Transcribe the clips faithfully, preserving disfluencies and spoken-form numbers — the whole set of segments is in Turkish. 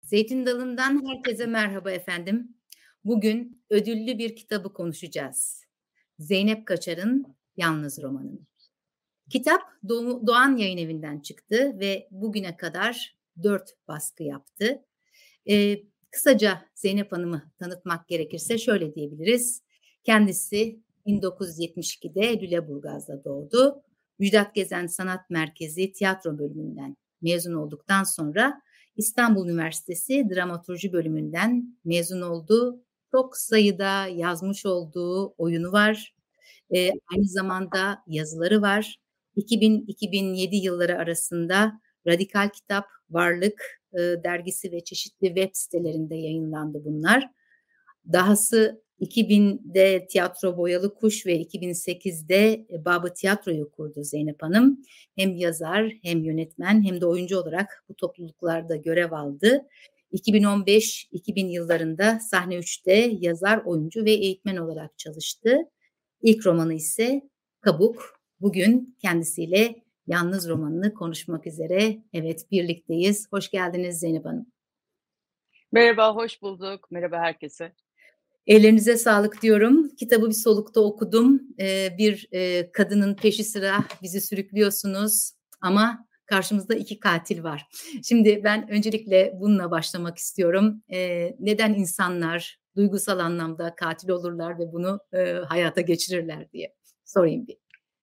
Zeytin Dalı'ndan herkese merhaba efendim. Bugün ödüllü bir kitabı konuşacağız. Zeynep Kaçar'ın Yalnız romanını. Kitap Doğu- Doğan Yayınevi'nden çıktı ve bugüne kadar dört baskı yaptı. Ee, Kısaca Zeynep Hanım'ı tanıtmak gerekirse şöyle diyebiliriz. Kendisi bin dokuz yüz yetmiş ikide Lüleburgaz'da doğdu. Müjdat Gezen Sanat Merkezi tiyatro bölümünden mezun olduktan sonra İstanbul Üniversitesi Dramaturji bölümünden mezun oldu. Çok sayıda yazmış olduğu oyunu var. Ee, aynı zamanda yazıları var. iki bin-iki bin yedi yılları arasında Radikal Kitap, Varlık e, dergisi ve çeşitli web sitelerinde yayınlandı bunlar. Dahası iki binde Tiyatro Boyalı Kuş ve iki bin sekizde Babı Tiyatro'yu kurdu Zeynep Hanım. Hem yazar hem yönetmen hem de oyuncu olarak bu topluluklarda görev aldı. iki bin on beş iki bin yıllarında Sahne üçte yazar, oyuncu ve eğitmen olarak çalıştı. İlk romanı ise Kabuk. Bugün kendisiyle Yalnız romanını konuşmak üzere. Evet, birlikteyiz. Hoş geldiniz Zeynep Hanım. Merhaba, hoş bulduk. Merhaba herkese. Ellerinize sağlık diyorum. Kitabı bir solukta okudum. Ee, bir e, kadının peşi sıra bizi sürüklüyorsunuz ama karşımızda iki katil var. Şimdi ben öncelikle bununla başlamak istiyorum. Ee, neden insanlar duygusal anlamda katil olurlar ve bunu e, hayata geçirirler diye sorayım bir.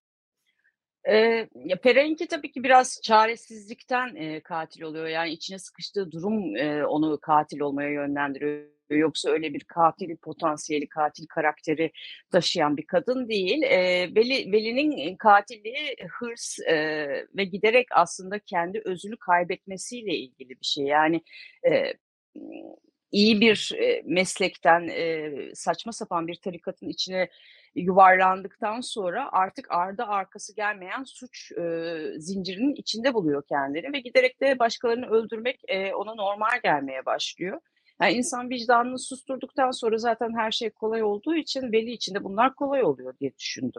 Eee, ya, Ferengi tabii ki biraz çaresizlikten, eee, katil oluyor. Yani içine sıkıştığı durum, eee, onu katil olmaya yönlendiriyor. Yoksa öyle bir katil potansiyeli, katil karakteri taşıyan bir kadın değil. Eee, Veli Veli'nin katilliği hırs, eee, ve giderek aslında kendi özünü kaybetmesiyle ilgili bir şey. Yani, eee, ımm, iyi bir, eee, meslekten, eee, saçma sapan bir tarikatın içine yuvarlandıktan sonra artık ardı arkası gelmeyen suç, eee, zincirinin içinde buluyor kendini ve giderek de başkalarını öldürmek, eee, ona normal gelmeye başlıyor. Yani insan vicdanını susturduktan sonra zaten her şey kolay olduğu için Veli için de bunlar kolay oluyor diye düşündüm.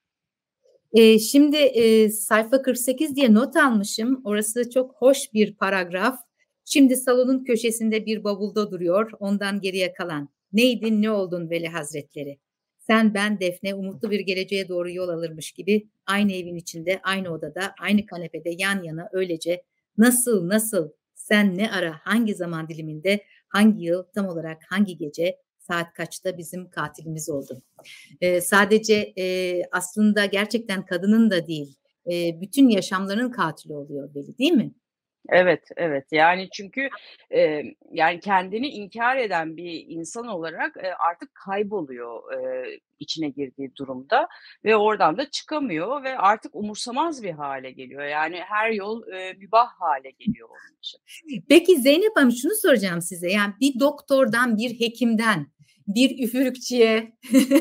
Ee, şimdi e, sayfa kırk sekiz diye not almışım. Orası çok hoş bir paragraf. Şimdi salonun köşesinde bir bavulda duruyor. Ondan geriye kalan. Neydin, ne oldun Veli Hazretleri? Sen, ben, Defne umutlu bir geleceğe doğru yol alırmış gibi aynı evin içinde, aynı odada, aynı kanepede yan yana öylece nasıl nasıl sen ne ara hangi zaman diliminde hangi yıl tam olarak hangi gece saat kaçta bizim katilimiz oldun? Ee, sadece e, aslında gerçekten kadının da değil, e, bütün yaşamlarının katili oluyor Veli, değil mi? Evet, evet. Yani çünkü, emm, yani kendini inkar eden bir insan olarak, eee, artık kayboluyor, eee, içine girdiği durumda ve oradan da çıkamıyor ve artık umursamaz bir hale geliyor. Yani her yol, eee, mübah hale geliyor onun için. Peki Zeynep Hanım, şunu soracağım size. Yani bir doktordan, bir hekimden, bir üfürükçüye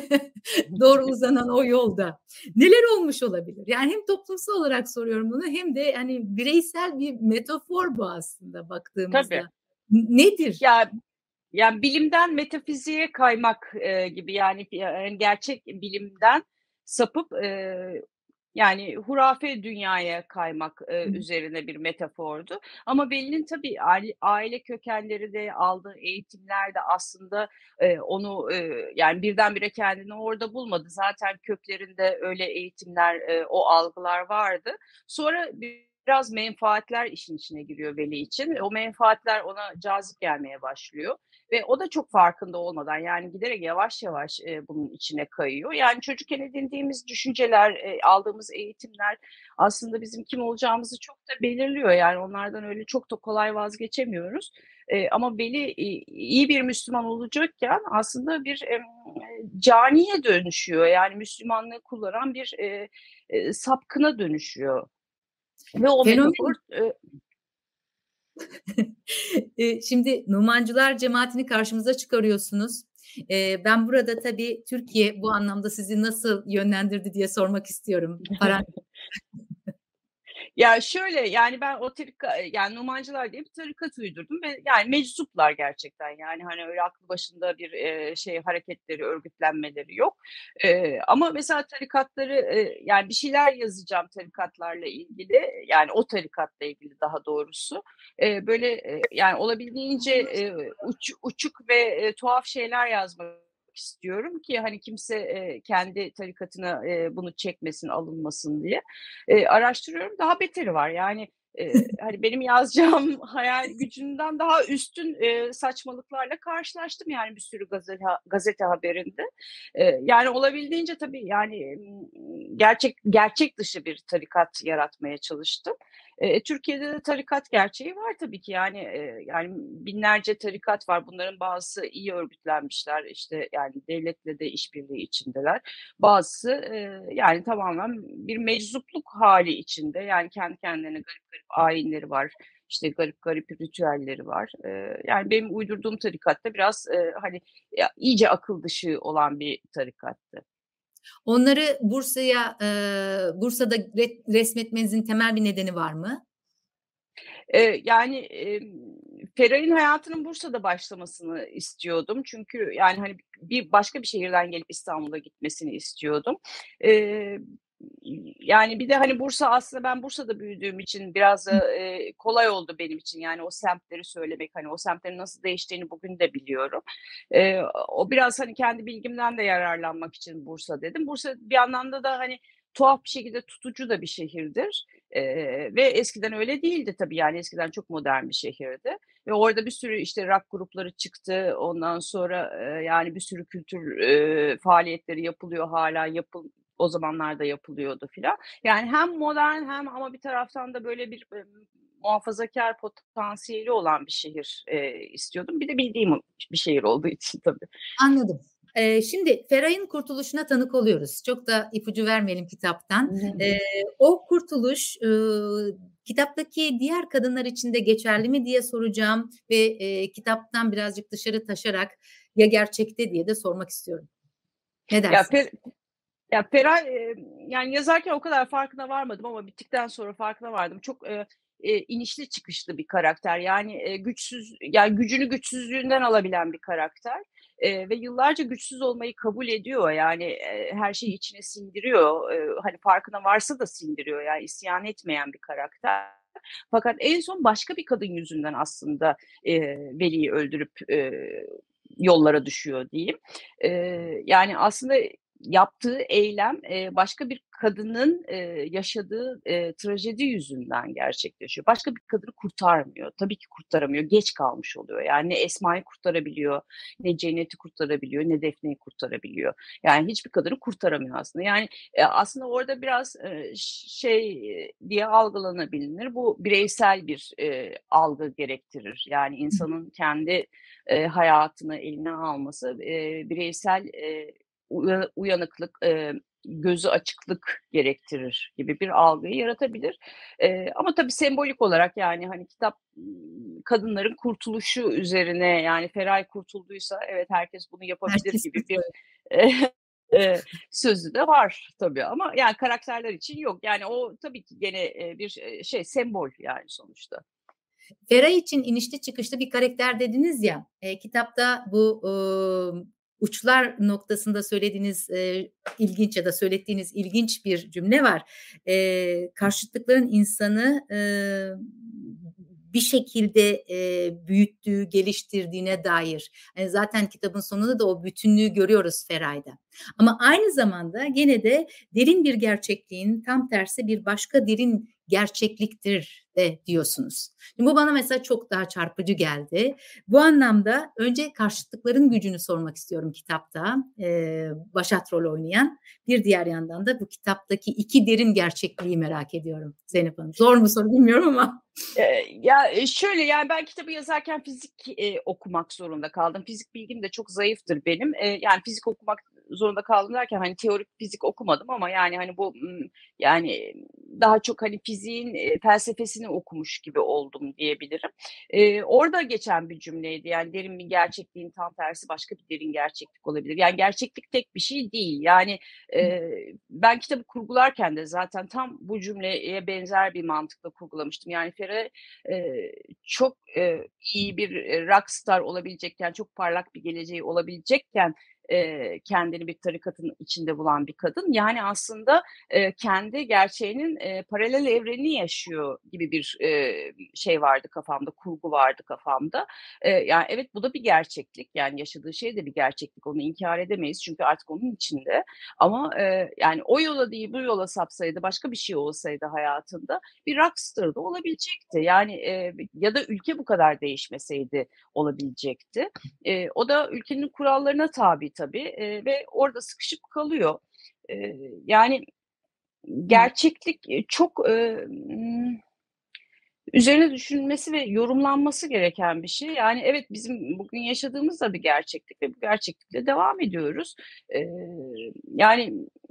doğru uzanan o yolda neler olmuş olabilir? Yani hem toplumsal olarak soruyorum bunu hem de hani bireysel bir metafor bu aslında Tabii. baktığımızda. N- Nedir? Ya, yani bilimden metafiziğe kaymak, eee, gibi yani, yani gerçek bilimden sapıp, eee, yani hurafe dünyaya kaymak, eee, üzerine bir metafordu. Ama Veli'nin tabii aile aile kökenleri de aldığı eğitimler de aslında, eee, onu, eee, yani birdenbire kendini orada bulmadı. Zaten köklerinde öyle eğitimler, eee, o algılar vardı. Sonra biraz menfaatler işin içine giriyor Veli için. O menfaatler ona cazip gelmeye başlıyor ve o da çok farkında olmadan, yani giderek yavaş yavaş, eee, bunun içine kayıyor. Yani çocukken edindiğimiz düşünceler, eee, aldığımız eğitimler aslında bizim kim olacağımızı çok da belirliyor. Yani onlardan öyle çok da kolay vazgeçemiyoruz. Eee, ama Veli, iii, iyi bir Müslüman olacakken aslında bir, emm, caniye dönüşüyor. Yani Müslümanlığı kullanan bir, eee, eee, sapkına dönüşüyor ve o metafor, Fenomen. eee Eee, şimdi Numancılar cemaatini karşımıza çıkarıyorsunuz. Eee, ben burada tabii Türkiye bu anlamda sizi nasıl yönlendirdi diye sormak istiyorum. Paran Ya, şöyle, yani, ben o tarika yani, Numancılar diye bir tarikat uydurdum ve, yani, meczuplar gerçekten. Yani, hani, öyle aklı başında bir, eee, şey hareketleri, örgütlenmeleri yok. Eee, ama mesela tarikatları, eee, yani, bir şeyler yazacağım tarikatlarla ilgili, yani, o tarikatla ilgili daha doğrusu. Eee, böyle, eee, yani, olabildiğince, eee, uç uçuk ve, eee, tuhaf şeyler yazmak istiyorum ki, hani, kimse, eee, kendi tarikatına, eee, bunu çekmesin, alınmasın diye. Eee, araştırıyorum, daha beteri var. Yani, eee, hani, benim yazacağım hayal gücünden daha üstün, eee, saçmalıklarla karşılaştım, yani, bir sürü gazete gazete haberinde. Eee, yani, olabildiğince tabii, yani, ımm, gerçek gerçek dışı bir tarikat yaratmaya çalıştım. Eee, Türkiye'de de tarikat gerçeği var tabii ki. Yani, eee, yani, binlerce tarikat var. Bunların bazısı iyi örgütlenmişler, işte, yani, devletle de işbirliği içindeler. Bazısı, eee, yani, tamamen bir meczupluk hâli içinde. Yani, kendi kendilerine garip garip ayinleri var, işte, garip garip ritüelleri var. Eee, yani, benim uydurduğum tarikat da biraz, eee, hani, ya, iyice akıl dışı olan bir tarikattı. Onları Bursa'ya, eee, Bursa'da re resmetmenizin temel bir nedeni var mı? Eee, yani, emm, Feray'ın hayatının Bursa'da başlamasını istiyordum. Çünkü, yani, hani, bir başka bir şehirden gelip İstanbul'a gitmesini istiyordum. Eee, yani, bir de, hani, Bursa aslında ben Bursa'da büyüdüğüm için biraz da, eee, kolay oldu benim için. Yani, o semtleri söylemek, hani, o semtlerin nasıl değiştiğini bugün de biliyorum. Eee, o biraz, hani, kendi bilgimden de yararlanmak için Bursa dedim. Bursa bir anlamda da, hani, tuhaf bir şekilde tutucu da bir şehirdir. Eee, ve eskiden öyle değildi tabii, yani, eskiden çok modern bir şehirdi ve orada bir sürü, işte, rock grupları çıktı. Ondan sonra, eee, yani, bir sürü kültür, eee, faaliyetleri yapılıyor hâlâ, yapıl o zamanlarda yapılıyordu filan. Yani, hem modern hem ama bir taraftan da böyle bir, emm, muhafazakâr potansiyeli olan bir şehir, eee, istiyordum. Bir de bildiğim bir şehir olduğu için tabii. Anladım. Eee, şimdi Feray'ın kurtuluşuna tanık oluyoruz. Çok da ipucu vermeyelim Hı kitaptan. hı. Eee, o kurtuluş, ııı, kitaptaki diğer kadınlar için de geçerli mi diye soracağım ve, eee, kitaptan birazcık dışarı taşarak ya gerçekte diye de sormak istiyorum. Ne Ya, dersiniz? Fer Ya, Feray, eee, yani, yazarken o kadar farkına varmadım ama bittikten sonra farkına vardım. Çok, eee, eee, inişli çıkışlı bir karakter. Yani, eee, güçsüz, yani, gücünü güçsüzlüğünden alabilen bir karakter, eee, ve yıllarca güçsüz olmayı kabul ediyor. Yani, eee, her şeyi içine sindiriyor. Eee, hani, farkına varsa da sindiriyor. Yani, isyan etmeyen bir karakter. Fakat en son başka bir kadın yüzünden aslında, eee, Veli'yi öldürüp, eee, yollara düşüyor diyeyim. Eee, yani, aslında yaptığı eylem, eee, başka bir kadının, eee, yaşadığı, eee, trajedi yüzünden gerçekleşiyor. Başka bir kadını kurtarmıyor. Tabii ki kurtaramıyor. Geç kalmış oluyor. Yani ne Esma'yı kurtarabiliyor, ne Cennet'i kurtarabiliyor, ne Defne'yi kurtarabiliyor. Yani hiçbir kadını kurtaramıyor aslında. Yani, eee, aslında orada biraz, eee, ş şey, eee, diye algılanabilir. Bu bireysel bir, eee, algı gerektirir. Yani insanın kendi, eee, hayatını eline alması, eee, bireysel, eee Uya uyanıklık, eee, gözü açıklık gerektirir gibi bir algıyı yaratabilir. Eee, ama tabii sembolik olarak, yani, hani, kitap, ımm, kadınların kurtuluşu üzerine, yani, Feray kurtulduysa evet, herkes bunu yapabilir Herkes gibi bir, kurtarıyor. eee, sözü de var tabii ama, yani, karakterler için yok. Yani, o tabii ki gene, eee, bir, eee, şey, sembol, yani, sonuçta. Feray için inişli çıkışlı bir karakter dediniz ya, eee, kitapta bu, ııı, uçlar noktasında söylediğiniz, eee, ilginç ya da söylettiğiniz ilginç bir cümle var. Eee, karşıtlıkların insanı, ııı, bir şekilde, eee, büyüttüğü, geliştirdiğine dair. Hani, zaten kitabın sonunda da o bütünlüğü görüyoruz Feray'da. Ama aynı zamanda gene de derin bir gerçekliğin tam tersi bir başka derin gerçekliktir de diyorsunuz. Bu bana mesela çok daha çarpıcı geldi. Bu anlamda önce karşıtlıkların gücünü sormak istiyorum kitapta, eee, başat rol oynayan. Bir diğer yandan da bu kitaptaki iki derin gerçekliği merak ediyorum Zeynep Hanım. Zor mu soru bilmiyorum ama. Eee, ya, eee, şöyle, yani, ben kitabı yazarken fizik, eee, okumak zorunda kaldım. Fizik bilgim de çok zayıftır benim. Eee, yani, fizik okumak zorunda kaldım derken, hani, teorik fizik okumadım ama, yani, hani, bu, ımm, yani, daha çok, hani, fiziğin, eee, felsefesini okumuş gibi oldum diyebilirim. Eee, orada geçen bir cümleydi. Yani, derin bir gerçekliğin tam tersi başka bir derin gerçeklik olabilir. Yani, gerçeklik tek bir şey değil. Yani, eee, ben kitabı kurgularken de zaten tam bu cümleye benzer bir mantıkla kurgulamıştım. Yani, Feriha, eee, çok, eee, iyi bir, eee, rockstar olabilecekken, çok parlak bir geleceği olabilecekken, eee, kendini bir tarikatın içinde bulan bir kadın. Yani, aslında, eee, kendi gerçeğinin, eee, paralel evrenini yaşıyor gibi bir, eee, şey vardı kafamda, kurgu vardı kafamda. Eee, yani, evet, bu da bir gerçeklik. Yani, yaşadığı şey de bir gerçeklik. Onu inkâr edemeyiz çünkü artık onun içinde. Ama, eee, yani, o yola değil, bu yola sapsaydı, başka bir şey olsaydı hayatında bir rockstar da olabilecekti. Yani, eee, ya da ülke bu kadar değişmeseydi olabilecekti. Eee, o da ülkenin kurallarına tabi tabii, eee, ve orada sıkışıp kalıyor. Eee, yani, Evet. gerçeklik, eee, çok, eee, ımm, üzerine düşünülmesi ve yorumlanması gereken bir şey. Yani, evet, bizim bugün yaşadığımız da bir gerçeklik ve bu gerçeklikle devam ediyoruz. Eee, yani,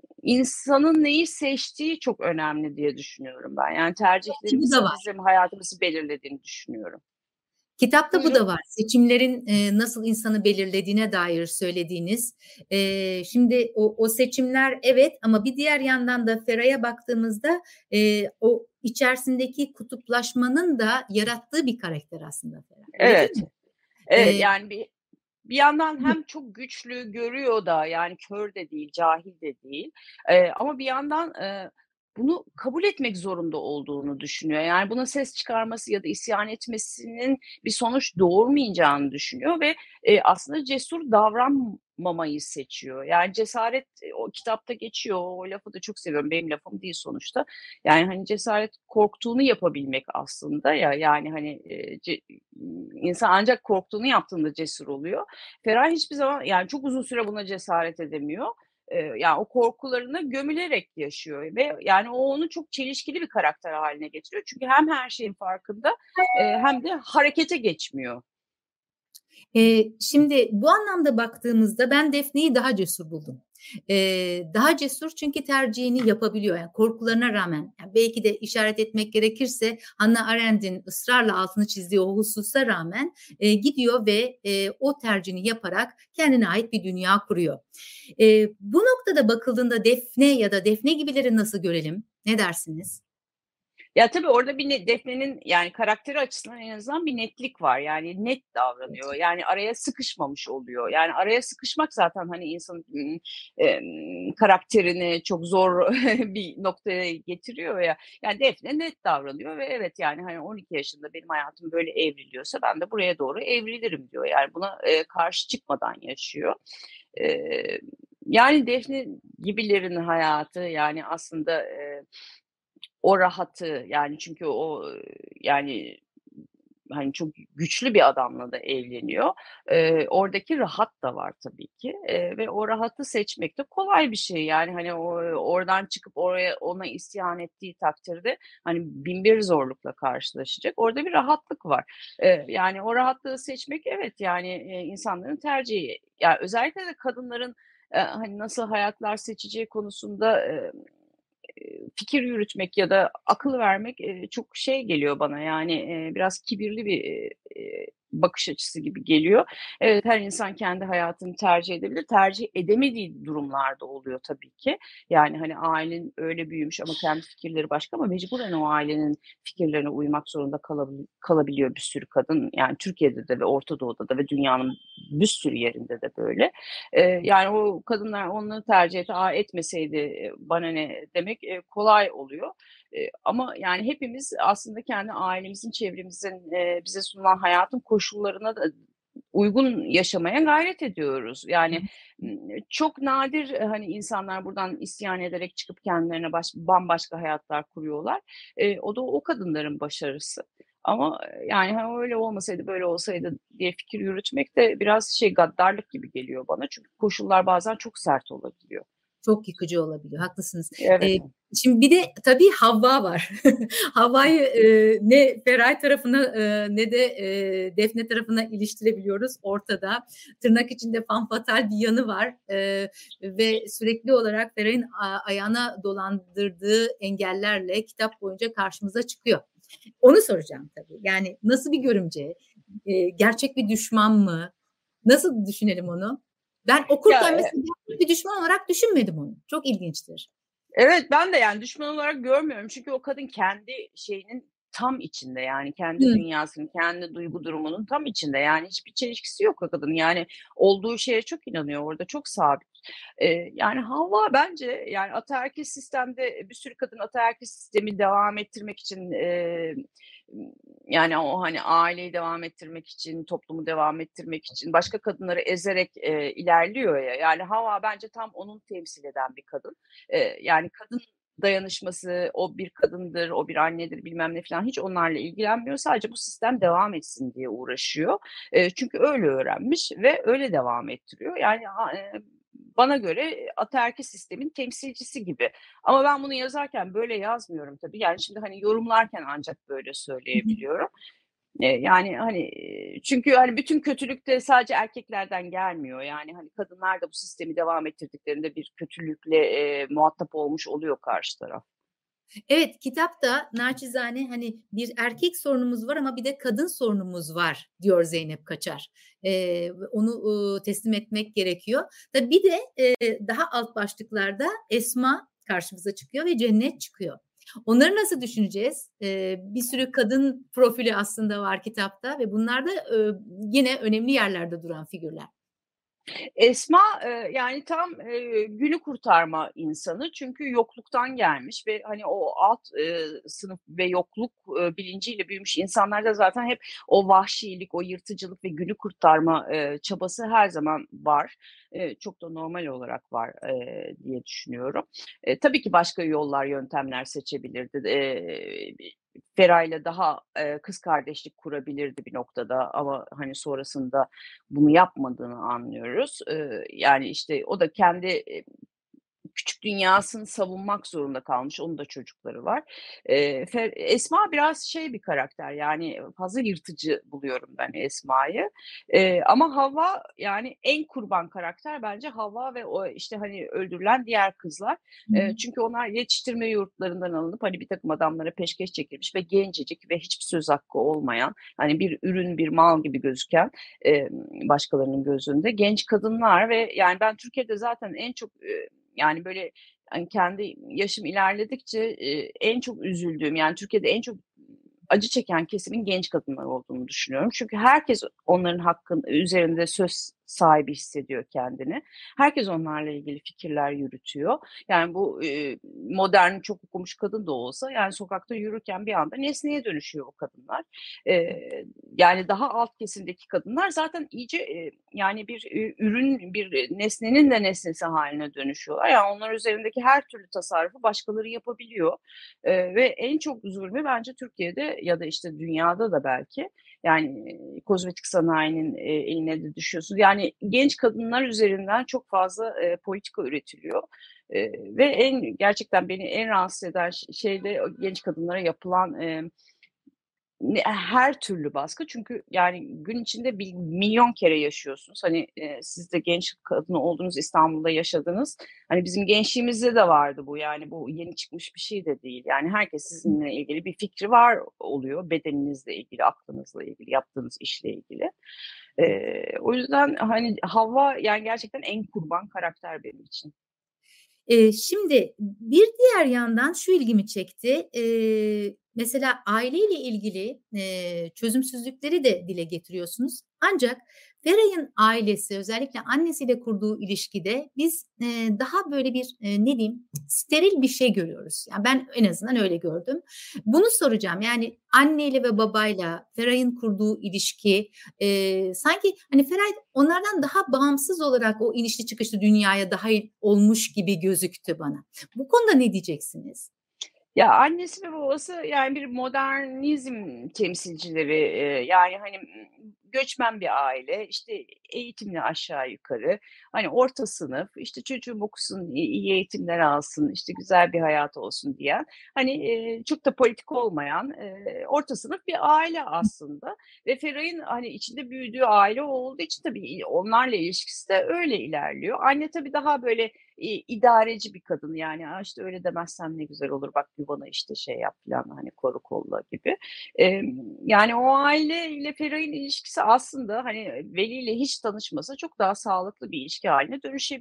insanın neyi seçtiği çok önemli diye düşünüyorum ben. Yani, Belki bu da tercihlerimizin var. bizim hayatımızı belirlediğini düşünüyorum. Kitapta bu da Buyurun. var. Seçimlerin, eee, nasıl insanı belirlediğine dair söylediğiniz. Eee, şimdi o o seçimler evet ama bir diğer yandan da Ferah'a baktığımızda, eee, o içerisindeki kutuplaşmanın da yarattığı bir karakter aslında Ferah. Öyle değil Evet. mi? Evet, Eee yani, bir bir yandan hem çok güçlü görüyor da, yani, kör de değil, cahil de değil, eee, ama bir yandan, eee, bunu kabul etmek zorunda olduğunu düşünüyor. Yani, buna ses çıkarması ya da isyan etmesinin bir sonuç doğurmayacağını düşünüyor ve, eee, aslında cesur davranmamayı seçiyor. Yani, cesaret, eee, o kitapta geçiyor. O lafı da çok seviyorum. Benim lafım değil sonuçta. Yani, hani, cesaret korktuğunu yapabilmek aslında ya, yani, hani, eee, ce insan ancak korktuğunu yaptığında cesur oluyor. Ferah hiçbir zaman, yani, çok uzun süre buna cesaret edemiyor. Eee, ya, o korkularına gömülerek yaşıyor ve, yani, o onu çok çelişkili bir karakter hâline getiriyor. Çünkü hem her şeyin farkında, eee, hem de harekete geçmiyor. Eee, şimdi bu anlamda baktığımızda ben Defne'yi daha cesur buldum. Eee, daha cesur çünkü tercihini yapabiliyor. Yani korkularına rağmen, yani belki de işaret etmek gerekirse Hannah Arendt'in ısrarla altını çizdiği o hususa rağmen, eee, gidiyor ve, eee, o tercihini yaparak kendine ait bir dünya kuruyor. Eee, bu noktada bakıldığında Defne ya da Defne gibileri nasıl görelim? Ne dersiniz? Ya, tabii orada bir ne Defne'nin, yani, karakteri açısından en azından bir netlik var. Yani, net davranıyor. Yani, araya sıkışmamış oluyor. Yani, araya sıkışmak zaten, hani, insanın, ımm, emm, karakterini çok zor bir noktaya getiriyor ya. Yani, Defne net davranıyor ve evet, yani, hani, on iki yaşında benim hayatım böyle evriliyorsa ben de buraya doğru evrilirim diyor. Yani, buna, eee, karşı çıkmadan yaşıyor. Eee, yani, Defne gibilerin hayatı, yani, aslında, eee o rahatı, yani, çünkü o, yani, hani, çok güçlü bir adamla da evleniyor. Eee, oradaki rahat da var tabii ki, eee, ve o rahatı seçmek de kolay bir şey. Yani, hani, o oradan çıkıp oraya ona isyan ettiği takdirde, hani, bin bir zorlukla karşılaşacak. Orada bir rahatlık var. Eee, yani, o rahatlığı seçmek evet, yani, eee, insanların tercihi. Ya, özellikle de kadınların, eee, hani, nasıl hayatlar seçeceği konusunda, emm, eee, fikir yürütmek ya da akıl vermek, eee, çok şey geliyor bana, yani, eee, biraz kibirli bir, eee, eee, bakış açısı gibi geliyor. Evet, her insan kendi hayatını tercih edebilir. Tercih edemediği durumlar da oluyor tabii ki. Yani, hani, ailen öyle büyümüş ama kendi fikirleri başka ama mecburen o ailenin fikirlerine uymak zorunda kalabil kalabiliyor bir sürü kadın. Yani, Türkiye'de de ve Orta Doğu'da da ve dünyanın bir sürü yerinde de böyle. Eee, yani, o kadınlar onları tercih etti, "A, etmeseydi, eee, bana ne?" demek, eee, kolay oluyor. Eee, ama, yani, hepimiz aslında kendi ailemizin, çevremizin, eee, bize sunulan hayatın koşullarına da uygun yaşamaya gayret ediyoruz. Yani, ımm, çok nadir, eee, hani, insanlar buradan isyan ederek çıkıp kendilerine baş bambaşka hayatlar kuruyorlar. Eee, o da o kadınların başarısı. Ama, eee, yani, hani, öyle olmasaydı, böyle olsaydı diye fikir yürütmek de biraz şey, gaddarlık gibi geliyor bana. Çünkü koşullar bazen çok sert olabiliyor. Çok yıkıcı olabiliyor, haklısınız. Evet. Eee, şimdi bir de tabii Havva var. Havva'yı, eee, ne Feraye tarafına, eee, ne de, eee, Defne tarafına iliştirebiliyoruz. Ortada tırnak içinde femme fatale bir yanı var, eee, ve sürekli olarak Feray'ın a ayağına dolandırdığı engellerle kitap boyunca karşımıza çıkıyor. Onu soracağım tabii. Yani nasıl bir görümce? Eee, gerçek bir düşman mı? Nasıl düşünelim onu? Ben Ya, okurken e mesela gerçek bir düşman olarak düşünmedim onu. Çok ilginçtir. Evet, ben de yani düşman olarak görmüyorum. Çünkü o kadın kendi şeyinin tam içinde, yani kendi Hı. dünyasının, kendi duygu durumunun tam içinde. Yani hiçbir çelişkisi yok o kadının. Yani olduğu şeye çok inanıyor orada, çok sabit. Eee, yani Havva bence yani ataerkil sistemde bir sürü kadın ataerkil sistemi devam ettirmek için, eee, yani o hani aileyi devam ettirmek için, toplumu devam ettirmek için başka kadınları ezerek, eee, ilerliyor ya. Yani Havva bence tam onu temsil eden bir kadın. Eee, yani kadın dayanışması, o bir kadındır, o bir annedir bilmem ne filan hiç onlarla ilgilenmiyor. Sadece bu sistem devam etsin diye uğraşıyor. Eee, çünkü öyle öğrenmiş ve öyle devam ettiriyor. Yani a eee, bana göre ataerkil sistemin temsilcisi gibi. Ama ben bunu yazarken böyle yazmıyorum tabii. Yani şimdi hani yorumlarken ancak böyle Hı hı. söyleyebiliyorum. Eee, yani, hani, eee, çünkü, hani, bütün kötülük de sadece erkeklerden gelmiyor. Yani, hani, kadınlar da bu sistemi devam ettirdiklerinde bir kötülükle, eee, muhatap olmuş oluyor karşı taraf. Evet, kitapta naçizane, hani, bir erkek sorunumuz var ama bir de kadın sorunumuz var diyor Zeynep Kaçar. Eee, onu, ııı, teslim etmek gerekiyor. Tabii bir de, eee, daha alt başlıklarda Esma karşımıza çıkıyor ve Cennet çıkıyor. Onları nasıl düşüneceğiz? Eee, bir sürü kadın profili aslında var kitapta ve bunlar da, ııı, yine önemli yerlerde duran figürler. Esma, eee, yani, tam, eee, günü kurtarma insanı. Çünkü yokluktan gelmiş ve, hani, o alt, eee, sınıf ve yokluk, eee, bilinciyle büyümüş insanlarda zaten hep o vahşilik, o yırtıcılık ve günü kurtarma, eee, çabası her zaman var. Eee, çok da normal olarak var, eee, diye düşünüyorum. Eee, tabii ki başka yollar, yöntemler seçebilirdi. Eee, Feray'la daha, eee, kız kardeşlik kurabilirdi bir noktada ama, hani, sonrasında bunu yapmadığını anlıyoruz. Eee, yani, işte, o da kendi, eee, küçük dünyasını savunmak zorunda kalmış. Onun da çocukları var. Eee, Fe Esma biraz şey bir karakter, yani, fazla yırtıcı buluyorum ben Esma'yı. Eee, ama Havva, yani, en kurban karakter bence Havva ve o, işte, hani, öldürülen diğer kızlar. Hı hı. Eee, çünkü onlar yetiştirme yurtlarından alınıp, hani, birtakım adamlara peşkeş çekilmiş ve gencecik ve hiçbir söz hakkı olmayan, hani, bir ürün, bir mal gibi gözüken, emm, başkalarının gözünde genç kadınlar ve, yani, ben Türkiye'de zaten en çok, eee, yani, böyle, hani, kendi yaşım ilerledikçe, eee, en çok üzüldüğüm, yani, Türkiye'de en çok acı çeken kesimin genç kadınlar olduğunu düşünüyorum. Çünkü herkes onların hakkın üzerinde söz sahibi hissediyor kendini. Herkes onlarla ilgili fikirler yürütüyor. Yani, bu, eee, modern, çok okumuş kadın da olsa, yani, sokakta yürürken bir anda nesneye dönüşüyor o kadınlar. Eee, yani, daha alt kesimdeki kadınlar zaten iyice, eee, yani, bir, eee, ürün, bir nesnenin de nesnesi haline dönüşüyorlar. Yani, onlar üzerindeki her türlü tasarrufu başkaları yapabiliyor. Eee, ve en çok zulmü bence Türkiye'de ya da, işte, dünyada da belki, yani, eee, kozmetik sanayinin, eee, eline de düşüyorsun. Yani, genç kadınlar üzerinden çok fazla, eee, politika üretiliyor, eee, ve en gerçekten beni en rahatsız eden ş şey de o genç kadınlara yapılan, emm, ne her türlü baskı. Çünkü, yani, gün içinde bir milyon kere yaşıyorsunuz. Hani, eee, siz de genç kadın oldunuz, İstanbul'da yaşadınız. Hani, bizim gençliğimizde de vardı bu, yani, bu yeni çıkmış bir şey de değil. Yani, herkes sizinle ilgili bir fikri var oluyor. Bedeninizle ilgili, aklınızla ilgili, yaptığınız işle ilgili. Eee, o yüzden, hani, Havva, yani, gerçekten en kurban karakter benim için. Eee, şimdi bir diğer yandan şu ilgimi çekti. Eee, mesela aileyle ilgili, eee, çözümsüzlükleri de dile getiriyorsunuz. Ancak Feray'ın ailesi, özellikle annesiyle kurduğu ilişkide biz, eee, daha böyle bir, eee, ne diyeyim, steril bir şey görüyoruz. Yani ben en azından öyle gördüm. Bunu soracağım, yani anneyle ve babayla Feray'ın kurduğu ilişki, eee, sanki hani Feray onlardan daha bağımsız olarak o inişli çıkışlı dünyaya dâhil olmuş gibi gözüktü bana. Bu konuda ne diyeceksiniz? Ya, annesi ve babası, yani, bir modernizm temsilcileri. Eee, yani, hani, ımm, göçmen bir aile, işte eğitimli aşağı yukarı, hani orta sınıf, işte çocuğum okusun, i iyi eğitimler alsın, işte güzel bir hayatı olsun diyen, hani, eee, çok da politik olmayan, eee, orta sınıf bir aile aslında ve Feray'ın, hani, içinde büyüdüğü aile o olduğu için tabii i onlarla ilişkisi de öyle ilerliyor. Anne tabii daha böyle, iii, idareci bir kadın, yani, "A, işte öyle demezsen ne güzel olur, bak yuvanı işte şey yap filan, hani, koru kolla." gibi. Emm, yani o aileyle Feray'ın ilişkisi aslında, hani, Veli ile hiç tanışmasa çok daha sağlıklı bir ilişki hâline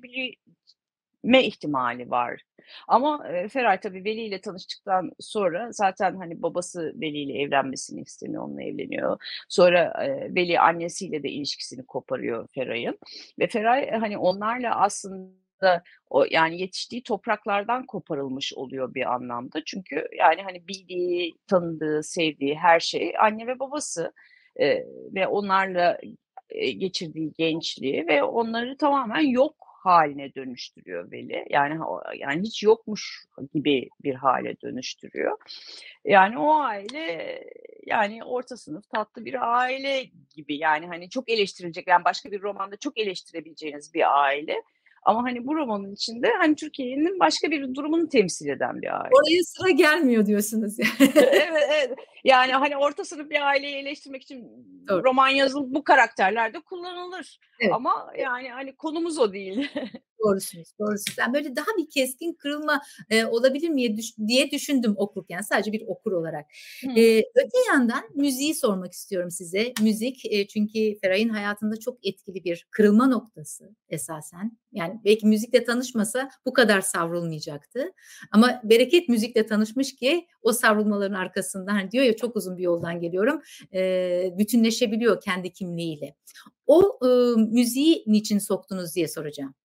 dönüşebilme ihtimali var. Ama, eee, Feray tabii Veli ile tanıştıktan sonra zaten, hani, babası Veli ile evlenmesini istemiyor, onunla evleniyor. Sonra, eee, Veli annesiyle de ilişkisini koparıyor Feray'ın ve Feray, hani, onlarla aslında o yani yetiştiği topraklardan koparılmış oluyor bir anlamda. Çünkü, yani, hani, bildiği, tanıdığı, sevdiği her şey anne ve babası, eee, ve onlarla, eee, geçirdiği gençliği ve onları tamamen yok hâline dönüştürüyor Veli. Yani, o yani hiç yokmuş gibi bir hâle dönüştürüyor. Yani o aile, yani orta sınıf tatlı bir aile gibi. Yani, hani, çok eleştirilecek, yani başka bir romanda çok eleştirebileceğiniz bir aile ama, hani, bu romanın içinde, hani, Türkiye'nin başka bir durumunu temsil eden bir aile. Oraya sıra gelmiyor diyorsunuz yani. E evet, evet. Yani, hani, orta sınıf bir aileyi eleştirmek için Doğru. roman yazılıp bu karakterler de kullanılır Evet. ama, yani, hani, konumuz o değil. Doğrusunuz, doğrusunuz. Yani, böyle, daha bir keskin kırılma, eee, olabilir miye düş diye düşündüm okurken, sadece bir okur olarak. Hı hı. Eee, öte yandan müziği sormak istiyorum size. Müzik, eee, çünkü Feray'ın hayatında çok etkili bir kırılma noktası esasen. Yani, belki müzikle tanışmasa bu kadar savrulmayacaktı ama bereket müzikle tanışmış ki o savrulmaların arkasından, hani, diyor ya, "Çok uzun bir yoldan geliyorum." eee, bütünleşebiliyor kendi kimliğiyle. O, ııı, müziği niçin soktunuz diye soracağım.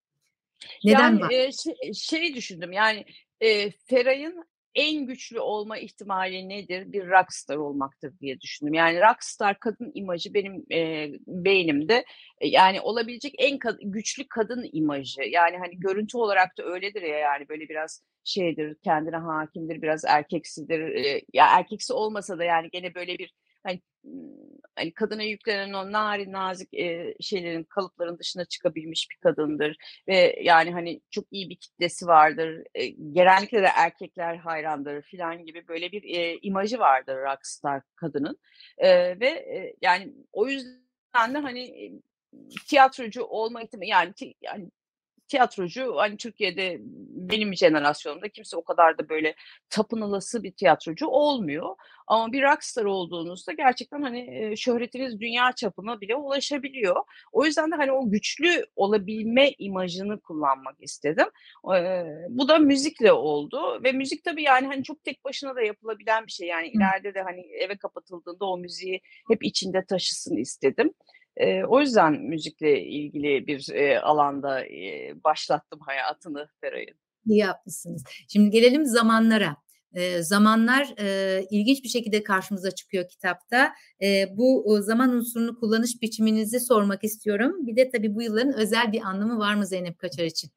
Neden Yani, var? eee, ş şeyi düşündüm, yani, eee, Feray'ın en güçlü olma ihtimali nedir? Bir rockstar olmaktır diye düşündüm. Yani rockstar kadın imajı benim, eee, beynimde, eee, yani olabilecek en kad güçlü kadın imajı. Yani, hani, görüntü olarak da öyledir ya, yani, böyle biraz şeydir, kendine hâkimdir, biraz erkeksidir. Eee, ya, erkeksi olmasa da, yani, gene böyle bir, hani, ımm, hani, kadına yüklenen o narin, nazik, eee, şeylerin, kalıpların dışına çıkabilmiş bir kadındır ve, yani, hani, çok iyi bir kitlesi vardır. Eee, genellikle de erkekler hayrandır filan gibi böyle bir, eee, imajı vardır rockstar kadının. Eee, ve, eee, yani, o yüzden de, hani, eee, tiyatrocu olma ihtima yani, ti yani, tiyatrocu, hani, Türkiye'de benim jenerasyonumda kimse o kadar da böyle tapınılası bir tiyatrocu olmuyor ama bir rockstar olduğunuzda gerçekten, hani, eee, şöhretiniz dünya çapına bile ulaşabiliyor. O yüzden de, hani, o güçlü olabilme imajını kullanmak istedim. Eee, bu da müzikle oldu ve müzik tabii, yani, hani, çok tek başına da yapılabilen bir şey. Yani, Hı. ileride de, hani, eve kapatıldığında o müziği hep içinde taşısın istedim. Eee, o yüzden müzikle ilgili bir, eee, alanda, eee, başlattım hayatını Feray'ın. İyi yapmışsınız. Şimdi gelelim zamanlara. Eee, zamanlar, eee, ilginç bir şekilde karşımıza çıkıyor kitapta. Eee, bu, uuu, zaman unsurunu kullanış biçiminizi sormak istiyorum. Bir de tabii bu yılların özel bir anlamı var mı Zeynep Kaçar için?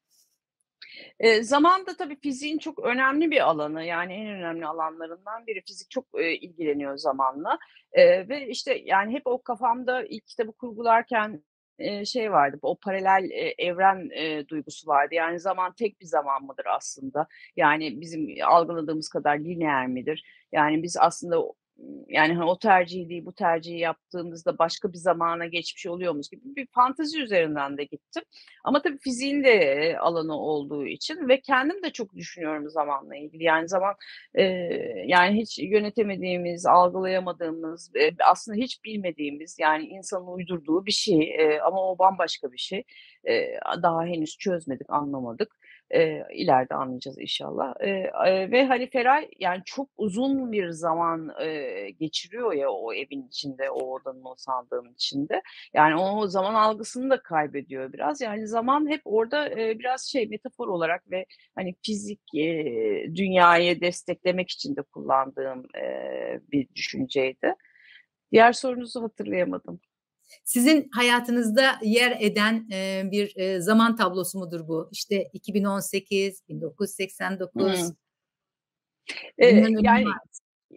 Eee, zaman da tabii fiziğin çok önemli bir alanı, yani en önemli alanlarından biri. Fizik çok, eee, ilgileniyor zamanla, eee, ve, işte, yani hep o kafamda ilk kitabı kurgularken, eee, şey vardı, o paralel, eee, evren, eee, duygusu vardı. Yani zaman tek bir zaman mıdır aslında? Yani bizim algıladığımız kadar lineer midir? Yani biz aslında o yani, hani, o tercihi değil, bu tercihi yaptığımızda başka bir zamana geçmiş oluyor muyuz gibi bir fantezi üzerinden de gittim. Ama tabii fiziğin de, eee, alanı olduğu için ve kendim de çok düşünüyorum zamanla ilgili. Yani zaman, eee, yani hiç yönetemediğimiz, algılayamadığımız, eee, aslında hiç bilmediğimiz, yani insanın uydurduğu bir şey, eee, ama o bambaşka bir şey. Eee, daha henüz çözmedik, anlamadık. Eee, ileride anlayacağız inşallah. Eee, eee, ve hani Feray, yani çok uzun bir zaman, eee, geçiriyor ya o evin içinde, o odanın, o sandığın içinde. Yani o zaman algısını da kaybediyor biraz. Yani zaman hep orada, eee, biraz şey, metafor olarak ve hani fizik, eee, dünyayı desteklemek için de kullandığım, eee, bir düşünceydi. Diğer sorunuzu hatırlayamadım. Sizin hayatınızda yer eden, eee, bir, eee, zaman tablosu mudur bu? İşte iki bin on sekiz, bin dokuz yüz seksen dokuz. Hımm. Bunların Eee, önemi var yani mı?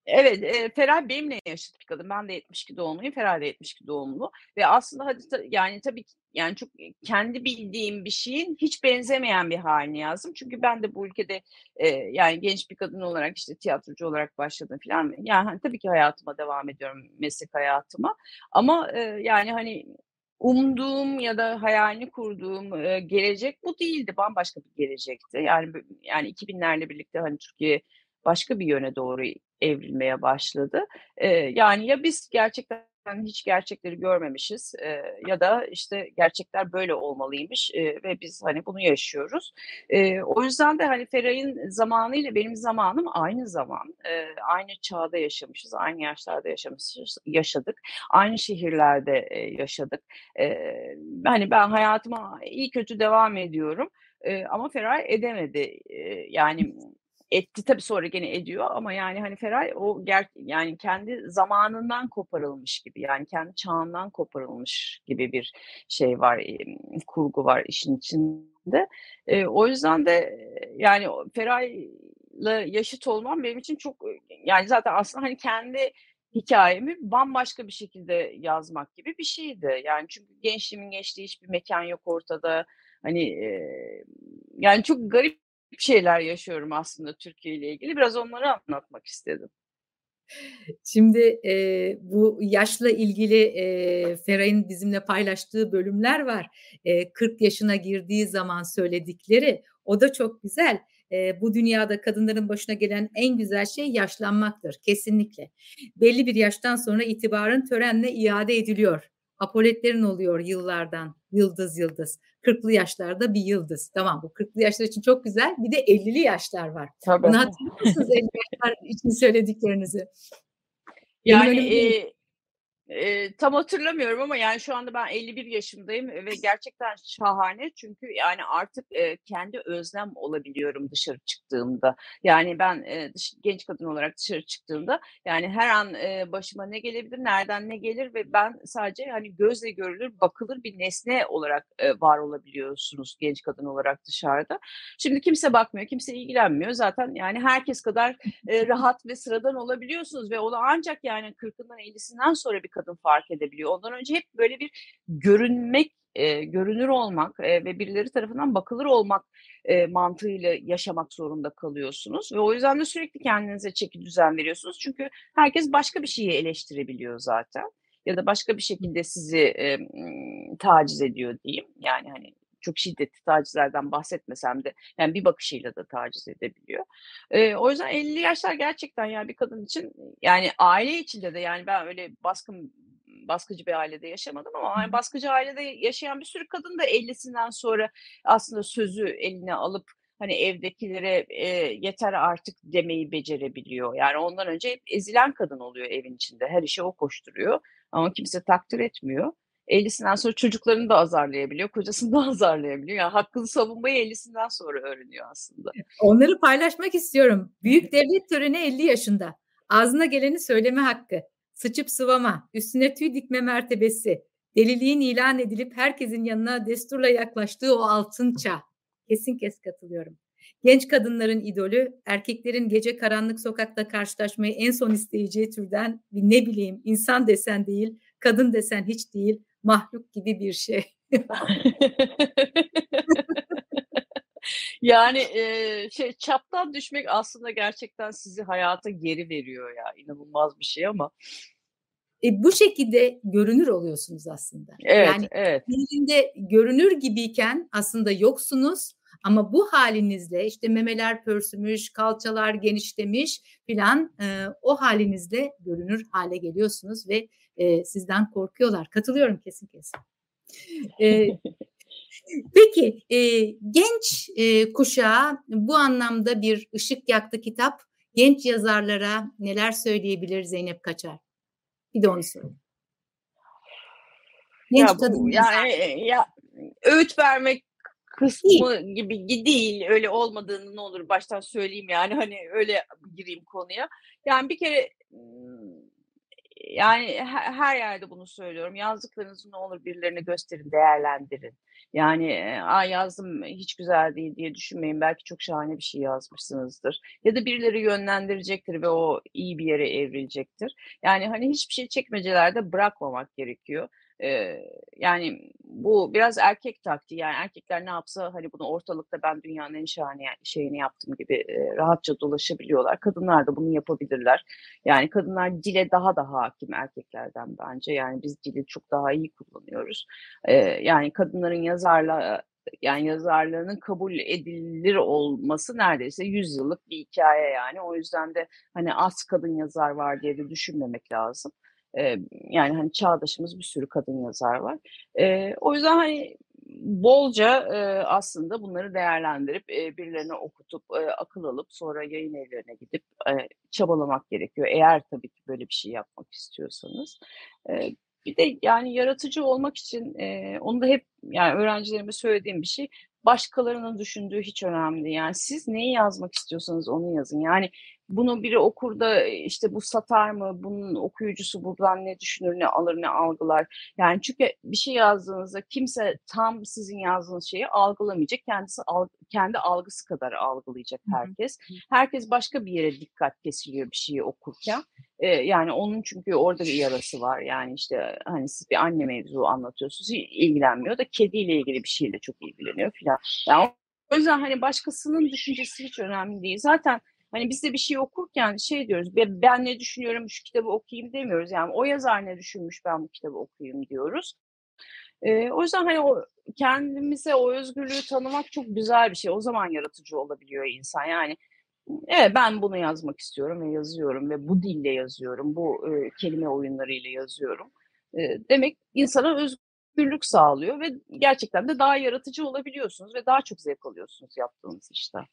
Evet, eee, Feray benimle yaşıt bir kadın. Ben de yetmiş iki doğumluyum, Feray da yetmiş iki doğumlu ve aslında hadi ta yani tabii ki yani çok, eee, kendi bildiğim bir şeyin hiç benzemeyen bir hâlini yazdım. Çünkü ben de bu ülkede, eee, yani genç bir kadın olarak, işte, tiyatrocu olarak başladım filan. Yani, hani, tabii ki hayatıma devam ediyorum, meslek hayatıma ama, eee, yani, hani, umduğum ya da hayalini kurduğum, eee, gelecek bu değildi. Bambaşka bir gelecekti. Yani, bö yani iki binlerle birlikte, hani, Türkiye başka bir yöne doğru evrilmeye başladı. Eee, yani ya biz gerçekten hiç gerçekleri görmemişiz, eee, ya da, işte, gerçekler böyle olmalıymış, eee, ve biz, hani, bunu yaşıyoruz. Eee, o yüzden de, hani, Feray'ın zamanıyla benim zamanım aynı zaman. Eee, aynı çağda yaşamışız, aynı yaşlarda yaşamışız yaşadık. Aynı şehirlerde, eee, yaşadık. Eee, hani, ben hayatıma iyi kötü devam ediyorum, eee, ama Feray edemedi. Eee, yani etti tabii, sonra gene ediyor ama yani, hani, Feray o ger yani kendi zamanından koparılmış gibi, yani kendi çağından koparılmış gibi bir şey var, emm, kurgu var işin içinde. Eee, o yüzden de, eee, yani o Feray'la yaşıt olmam benim için çok, eee, yani zaten aslında, hani, kendi hikâyemi bambaşka bir şekilde yazmak gibi bir şeydi. Yani çünkü gençliğimin geçtiği hiçbir mekân yok ortada. Hani, eee, yani çok garip şeyler yaşıyorum aslında Türkiye ile ilgili. Biraz onları anlatmak istedim. Şimdi, eee, bu yaşla ilgili, eee, Feray'ın bizimle paylaştığı bölümler var. Eee, kırk yaşına girdiği zaman söyledikleri, o da çok güzel. Eee, bu dünyada kadınların başına gelen en güzel şey yaşlanmaktır, kesinlikle. Belli bir yaştan sonra itibarın törenle iade ediliyor. Apoletlerin oluyor yıllardan, yıldız yıldız. kırklı yaşlarda bir yıldız. Tamam, bu kırklı yaşlar için çok güzel. Bir de ellili yaşlar var. Tabii. Bunu hatırlıyor musunuz elli yaşlar için söylediklerinizi? Benim Yani, önümde eee Eee, tam hatırlamıyorum ama yani şu anda ben elli bir yaşındayım ve gerçekten şahane çünkü yani artık, eee, kendi öznem olabiliyorum dışarı çıktığımda. Yani ben, eee, dış genç kadın olarak dışarı çıktığımda yani her an, eee, başıma ne gelebilir, nereden ne gelir ve ben sadece, hani, gözle görülür, bakılır bir nesne olarak, eee, var olabiliyorsunuz genç kadın olarak dışarıda. Şimdi kimse bakmıyor, kimse ilgilenmiyor. Zaten yani herkes kadar, eee, rahat ve sıradan olabiliyorsunuz ve onu ancak yani kırkından ellisinden sonra bir kadın fark edebiliyor. Ondan önce hep böyle bir görünmek, eee, görünür olmak, eee, ve birileri tarafından bakılır olmak, eee, mantığıyla yaşamak zorunda kalıyorsunuz ve o yüzden de sürekli kendinize çekidüzen veriyorsunuz. Çünkü herkes başka bir şeyi eleştirebiliyor zaten ya da başka bir şekilde sizi, emm, taciz ediyor diyeyim. Yani, hani, çok şiddetli tacizlerden bahsetmesem de yani bir bakışıyla da taciz edebiliyor. Eee, o yüzden ellili yaşlar gerçekten yani bir kadın için, yani aile içinde de yani ben öyle baskın baskıcı bir ailede yaşamadım ama hani baskıcı ailede yaşayan bir sürü kadın da ellisinden sonra aslında sözü eline alıp, hani, evdekilere, eee, "Yeter artık." demeyi becerebiliyor. Yani ondan önce hep ezilen kadın oluyor evin içinde. Her işe o koşturuyor ama kimse takdir etmiyor. ellisinden sonra çocuklarını da azarlayabiliyor, kocasını da azarlayabiliyor. Yani hakkını savunmayı ellisinden sonra öğreniyor aslında. onları paylaşmak istiyorum. Büyük devlet töreni elli yaşında. Ağzına geleni söyleme hakkı, sıçıp sıvama, üstüne tüy dikme mertebesi, deliliğin ilan edilip herkesin yanına desturla yaklaştığı o altın çağ. Kesin kes katılıyorum. Genç kadınların idolü, erkeklerin gece karanlık sokakta karşılaşmayı en son isteyeceği türden bir ne bileyim insan desen değil, kadın desen hiç değil, mahluk gibi bir şey. Yani, eee, şey, çaptan düşmek aslında gerçekten sizi hayata geri veriyor ya. İnanılmaz bir şey ama. E, bu şekilde görünür oluyorsunuz aslında. Evet, Yani evet. birinde görünür gibiyken aslında yoksunuz ama bu hâlinizle, işte, memeler pörsümüş, kalçalar genişlemiş filan, eee, o hâlinizle görünür hâle geliyorsunuz ve, eee, sizden korkuyorlar. Katılıyorum kesin kesin. Eee, peki, eee, genç, eee, kuşağa bu anlamda bir ışık yaktı kitap. Genç yazarlara neler söyleyebilir Zeynep Kaçar? Bir de onu sorayım. Genç Ya, bu kadın ya, yazar eee, ya, öğüt vermek değil. kısmı gibi gi değil. Öyle olmadığını ne olur baştan söyleyeyim yani, hani, öyle gireyim konuya. Yani bir kere, ımm yani he her yerde bunu söylüyorum. Yazdıklarınızı ne olur birilerine gösterin, değerlendirin. Yani, eee, "A, yazdım, hiç güzel değil." diye düşünmeyin. Belki çok şahane bir şey yazmışsınızdır ya da birileri yönlendirecektir ve o iyi bir yere evrilecektir. Yani, hani, hiçbir şey çekmecelerde bırakmamak gerekiyor. Eee, yani, bu biraz erkek taktiği. Yani, erkekler ne yapsa, hani, bunu ortalıkta ben dünyanın en şahane şeyini yaptım gibi, eee, rahatça dolaşabiliyorlar. Kadınlar da bunu yapabilirler. Yani, kadınlar dile daha da hâkim erkeklerden bence. Yani, biz dili çok daha iyi kullanıyoruz. Eee, yani, kadınların yazarlığa yani, yazarlığının kabul edilir olması neredeyse yüz yıllık bir hikâye yani. O yüzden de, hani, az kadın yazar var diye de düşünmemek lazım. Eee, yani, hani, çağdaşımız bir sürü kadın yazar var. Eee, o yüzden, hani, bolca, eee, aslında bunları değerlendirip, eee, birilerine okutup, eee, akıl alıp sonra yayın evlerine gidip, eee, çabalamak gerekiyor. Eğer tabii ki böyle bir şey yapmak istiyorsanız. Eee, bir de, yani, yaratıcı olmak için, eee, onu da hep, yani, öğrencilerime söylediğim bir şey, başkalarının düşündüğü hiç önemli değil. Yani, siz neyi yazmak istiyorsanız onu yazın. Yani, bunu biri okur da, işte, bu satar mı, bunun okuyucusu buradan ne düşünür, ne alır, ne algılar? Yani, çünkü bir şey yazdığınızda kimse tam sizin yazdığınız şeyi algılamayacak. Kendisi al kendi algısı kadar algılayacak Hı hı. herkes. Herkes başka bir yere dikkat kesiliyor bir şeyi okurken. Eee, yani, onun çünkü orada bir yarası var. Yani, işte, hani, siz bir anne mevzu anlatıyorsunuz, hiç ilgilenmiyor da kediyle ilgili bir şeyle çok ilgileniyor filan. Yani, o yüzden, hani, başkasının düşüncesi hiç önemli değil. Zaten, hani, biz de bir şey okurken şey diyoruz, "Be ben ne düşünüyorum, şu kitabı okuyayım." demiyoruz. Yani, "O yazar ne düşünmüş, ben bu kitabı okuyayım." diyoruz. Eee, o yüzden, hani, o kendimize o özgürlüğü tanımak çok güzel bir şey. O zaman yaratıcı olabiliyor insan. Yani, evet, ben bunu yazmak istiyorum ve yazıyorum ve bu dille yazıyorum, bu, eee, kelime oyunlarıyla yazıyorum, eee, demek insana özgürlük sağlıyor ve gerçekten de daha yaratıcı olabiliyorsunuz ve daha çok zevk alıyorsunuz yaptığınız işten.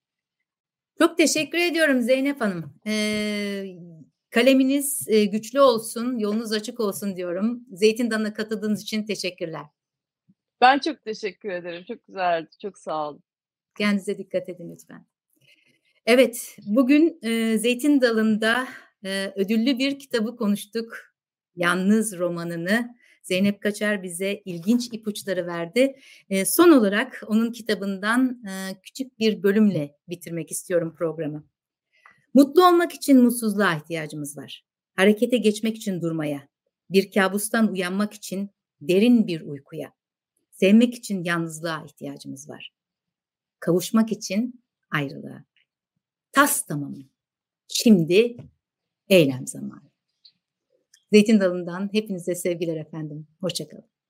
Çok teşekkür ediyorum Zeynep Hanım. Eee, kaleminiz, eee, güçlü olsun, yolunuz açık olsun diyorum. Zeytin Dalı'na katıldığınız için teşekkürler. Ben çok teşekkür ederim. Çok güzeldi. Çok sağ olun. Kendinize dikkat edin lütfen. Evet, bugün, eee, Zeytin Dalı'nda, eee, ödüllü bir kitabı konuştuk. Yalnız romanını. Zeynep Kaçar bize ilginç ipuçları verdi. Eee, son olarak onun kitabından, eee, küçük bir bölümle bitirmek istiyorum programı. Mutlu olmak için mutsuzluğa ihtiyacımız var. Harekete geçmek için durmaya, bir kabustan uyanmak için derin bir uykuya, sevmek için yalnızlığa ihtiyacımız var. Kavuşmak için ayrılığa. Tas tamamı. Şimdi eylem zamanı. Zeytin Dalı'ndan hepinize sevgiler efendim. Hoşça kalın.